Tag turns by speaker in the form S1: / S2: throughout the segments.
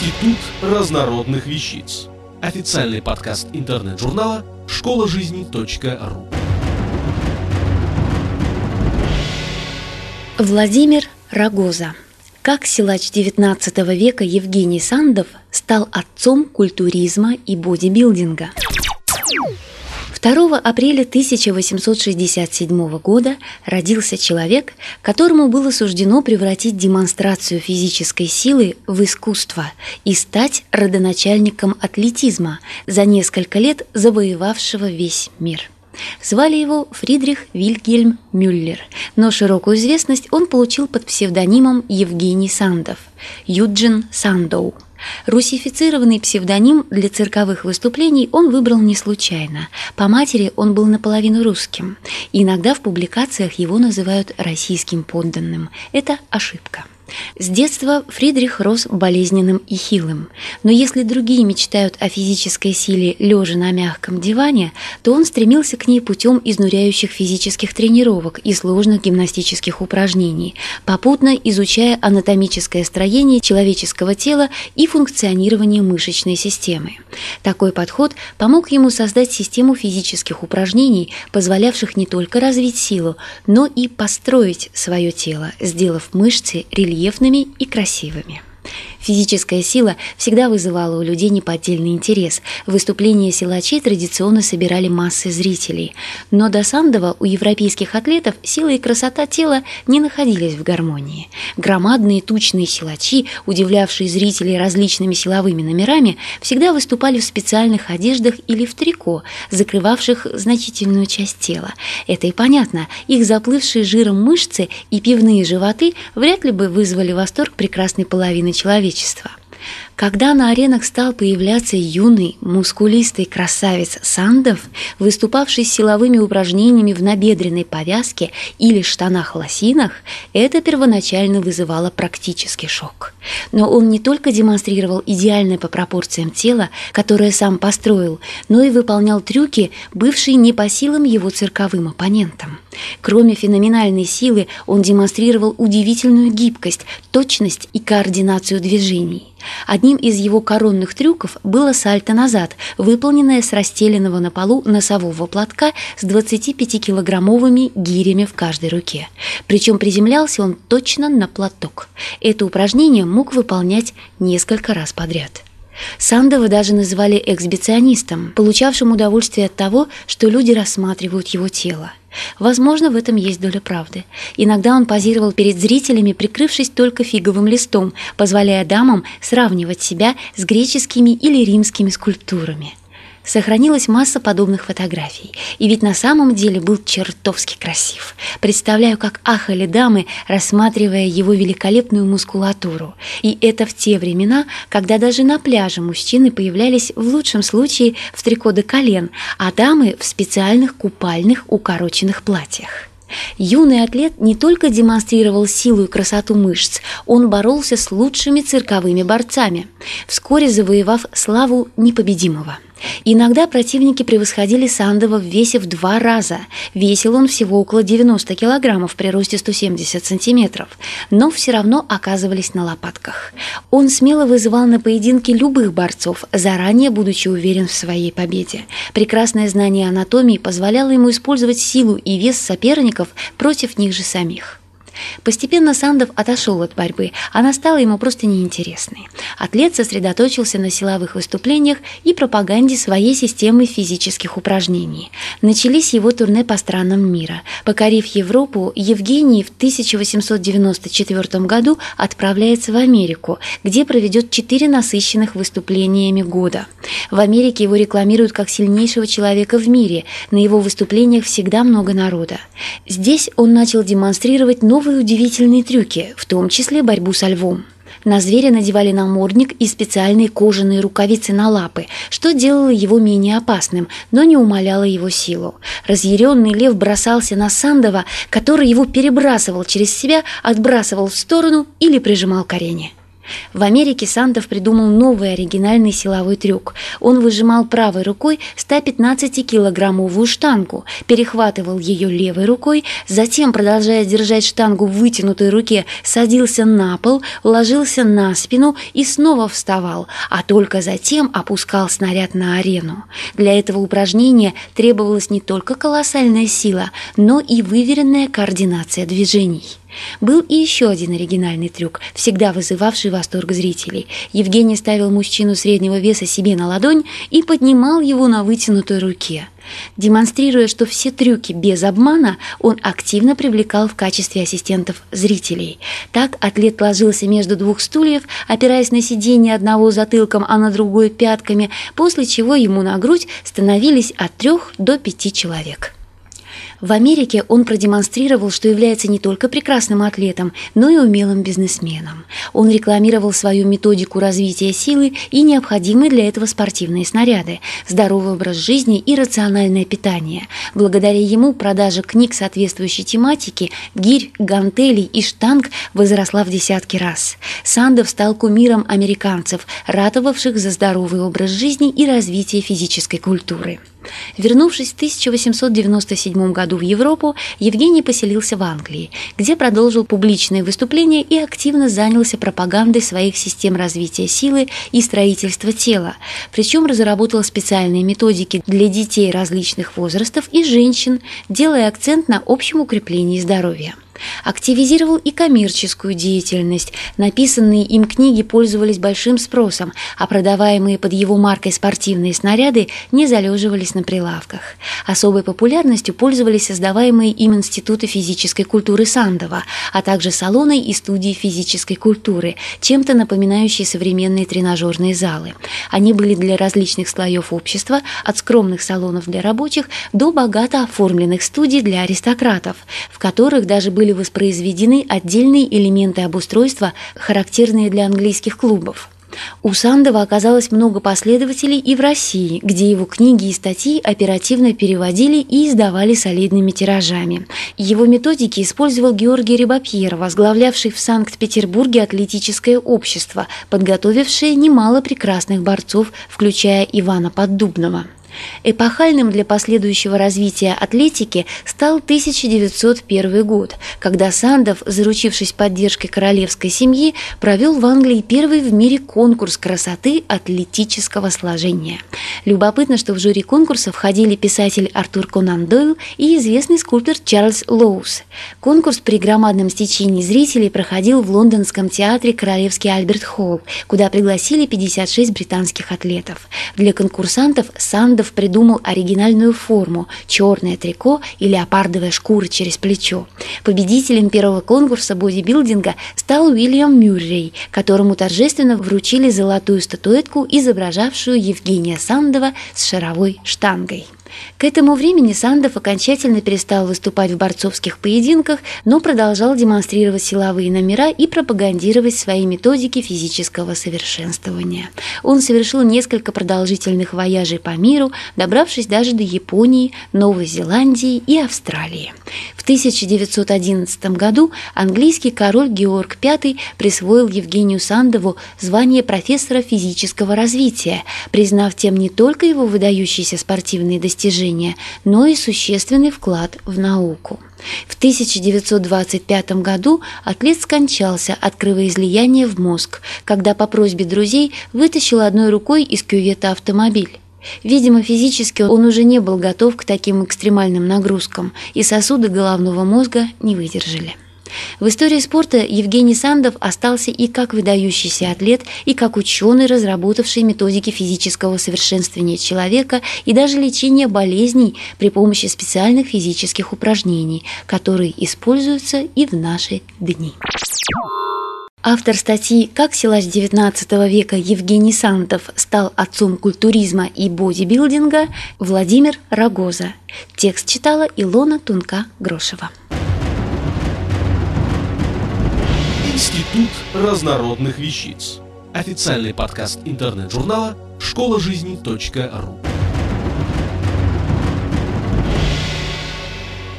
S1: Институт разнородных вещиц. Официальный подкаст интернет-журнала школажизни.ру.
S2: Владимир Рогоза. Как силач XIX века Евгений Сандов стал отцом культуризма и бодибилдинга. 2 апреля 1867 года родился человек, которому было суждено превратить демонстрацию физической силы в искусство и стать родоначальником атлетизма, за несколько лет завоевавшего весь мир. Звали его Фридрих Вильгельм Мюллер, но широкую известность он получил под псевдонимом Евгений Сандов – Юджин Сандоу. Русифицированный псевдоним для цирковых выступлений он выбрал не случайно. По матери он был наполовину русским. Иногда в публикациях его называют российским подданным. Это ошибка. С детства Фридрих рос болезненным и хилым, но если другие мечтают о физической силе лежа на мягком диване, то он стремился к ней путем изнуряющих физических тренировок и сложных гимнастических упражнений, попутно изучая анатомическое строение человеческого тела и функционирование мышечной системы. Такой подход помог ему создать систему физических упражнений, позволявших не только развить силу, но и построить свое тело, сделав мышцы рельефными и красивыми. Физическая сила всегда вызывала у людей неподдельный интерес. Выступления силачей традиционно собирали массы зрителей. Но до Сандова у европейских атлетов сила и красота тела не находились в гармонии. Громадные тучные силачи, удивлявшие зрителей различными силовыми номерами, всегда выступали в специальных одеждах или в трико, закрывавших значительную часть тела. Это и понятно, их заплывшие жиром мышцы и пивные животы вряд ли бы вызвали восторг прекрасной половины человечества. Когда на аренах стал появляться юный, мускулистый красавец Сандов, выступавший с силовыми упражнениями в набедренной повязке или штанах-лосинах, это первоначально вызывало практический шок. Но он не только демонстрировал идеальное по пропорциям тело, которое сам построил, но и выполнял трюки, бывшие не по силам его цирковым оппонентам. Кроме феноменальной силы, он демонстрировал удивительную гибкость, точность и координацию движений. Одним из его коронных трюков было сальто назад, выполненное с расстеленного на полу носового платка с 25-килограммовыми гирями в каждой руке. Причем приземлялся он точно на платок. Это упражнение мог выполнять несколько раз подряд. Сандова даже называли эксбиционистом, получавшим удовольствие от того, что люди рассматривают его тело. Возможно, в этом есть доля правды. Иногда он позировал перед зрителями, прикрывшись только фиговым листом, позволяя дамам сравнивать себя с греческими или римскими скульптурами. Сохранилась масса подобных фотографий, и ведь на самом деле был чертовски красив. Представляю, как ахали дамы, рассматривая его великолепную мускулатуру. И это в те времена, когда даже на пляже мужчины появлялись в лучшем случае в трико до колен, а дамы в специальных купальных укороченных платьях. Юный атлет не только демонстрировал силу и красоту мышц, он боролся с лучшими цирковыми борцами, вскоре завоевав славу непобедимого. Иногда противники превосходили Сандова в весе в 2 раза. Весил он всего около 90 килограммов при росте 170 сантиметров, но все равно оказывались на лопатках. Он смело вызывал на поединки любых борцов, заранее будучи уверен в своей победе. Прекрасное знание анатомии позволяло ему использовать силу и вес соперников против них же самих. Постепенно Сандов отошел от борьбы, она стала ему просто неинтересной. Атлет сосредоточился на силовых выступлениях и пропаганде своей системы физических упражнений. Начались его турне по странам мира. Покорив Европу, Евгений в 1894 году отправляется в Америку, где проведет 4 насыщенных выступлениями года. В Америке его рекламируют как сильнейшего человека в мире, на его выступлениях всегда много народа. Здесь он начал демонстрировать новые удивительные трюки, в том числе борьбу со львом. На зверя надевали намордник и специальные кожаные рукавицы на лапы, что делало его менее опасным, но не умаляло его силу. Разъяренный лев бросался на Сандова, который его перебрасывал через себя, отбрасывал в сторону или прижимал к арене. В Америке Сандов придумал новый оригинальный силовой трюк. Он выжимал правой рукой 115-килограммовую штангу, перехватывал ее левой рукой, затем, продолжая держать штангу в вытянутой руке, садился на пол, ложился на спину и снова вставал, а только затем опускал снаряд на арену. Для этого упражнения требовалась не только колоссальная сила, но и выверенная координация движений. Был и еще один оригинальный трюк, всегда вызывавший восторг зрителей. Евгений ставил мужчину среднего веса себе на ладонь и поднимал его на вытянутой руке. Демонстрируя, что все трюки без обмана, он активно привлекал в качестве ассистентов зрителей. Так атлет ложился между двух стульев, опираясь на сиденье одного затылком, а на другой пятками, после чего ему на грудь становились от 3 до 5 человек. В Америке он продемонстрировал, что является не только прекрасным атлетом, но и умелым бизнесменом. Он рекламировал свою методику развития силы и необходимые для этого спортивные снаряды, здоровый образ жизни и рациональное питание. Благодаря ему продажа книг соответствующей тематики, гирь, гантелей и штанг возросла в десятки раз. Сандов стал кумиром американцев, ратовавших за здоровый образ жизни и развитие физической культуры. Вернувшись в 1897 году в Европу, Евгений поселился в Англии, где продолжил публичные выступления и активно занялся пропагандой своих систем развития силы и строительства тела, причем разработал специальные методики для детей различных возрастов и женщин, делая акцент на общем укреплении здоровья. Активизировал и коммерческую деятельность. Написанные им книги пользовались большим спросом, а продаваемые под его маркой спортивные снаряды не залеживались на прилавках. Особой популярностью пользовались создаваемые им институты физической культуры Сандова, а также салоны и студии физической культуры, чем-то напоминающие современные тренажерные залы. Они были для различных слоев общества, от скромных салонов для рабочих до богато оформленных студий для аристократов, в которых даже были воспроизведены отдельные элементы обустройства, характерные для английских клубов. У Сандова оказалось много последователей и в России, где его книги и статьи оперативно переводили и издавали солидными тиражами. Его методики использовал Георгий Рибапьер, возглавлявший в Санкт-Петербурге атлетическое общество, подготовившее немало прекрасных борцов, включая Ивана Поддубного. Эпохальным для последующего развития атлетики стал 1901 год, когда Сандов, заручившись поддержкой королевской семьи, провел в Англии первый в мире конкурс красоты атлетического сложения. Любопытно, что в жюри конкурса входили писатель Артур Конан Дойл и известный скульптор Чарльз Лоус. Конкурс при громадном стечении зрителей проходил в лондонском театре Королевский Альберт Холл, куда пригласили 56 британских атлетов. Для конкурсантов Сандов придумал оригинальную форму – черное трико и леопардовая шкура через плечо. Победителем первого конкурса бодибилдинга стал Уильям Мюррей, которому торжественно вручили золотую статуэтку, изображавшую Евгения Сандова с шаровой штангой. К этому времени Сандов окончательно перестал выступать в борцовских поединках, но продолжал демонстрировать силовые номера и пропагандировать свои методики физического совершенствования. Он совершил несколько продолжительных вояжей по миру, добравшись даже до Японии, Новой Зеландии и Австралии. В 1911 году английский король Георг V присвоил Евгению Сандову звание профессора физического развития, признав тем не только его выдающиеся спортивные достижения, но и существенный вклад в науку. В 1925 году атлет скончался от кровоизлияния в мозг, когда по просьбе друзей вытащил одной рукой из кювета автомобиль. Видимо, физически он уже не был готов к таким экстремальным нагрузкам, и сосуды головного мозга не выдержали. В истории спорта Евгений Сандов остался и как выдающийся атлет, и как ученый, разработавший методики физического совершенствования человека и даже лечения болезней при помощи специальных физических упражнений, которые используются и в наши дни. Автор статьи «Как силач XIX века Евгений Сандов стал отцом культуризма и бодибилдинга» Владимир Рогоза. Текст читала Илона Тунка-Грошева.
S1: Институт разнородных вещиц. Официальный подкаст интернет-журнала школажизни.ру.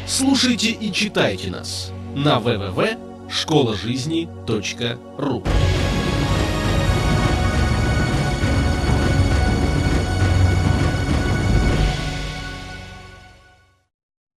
S1: Слушайте и читайте нас на www.школажизни.ру.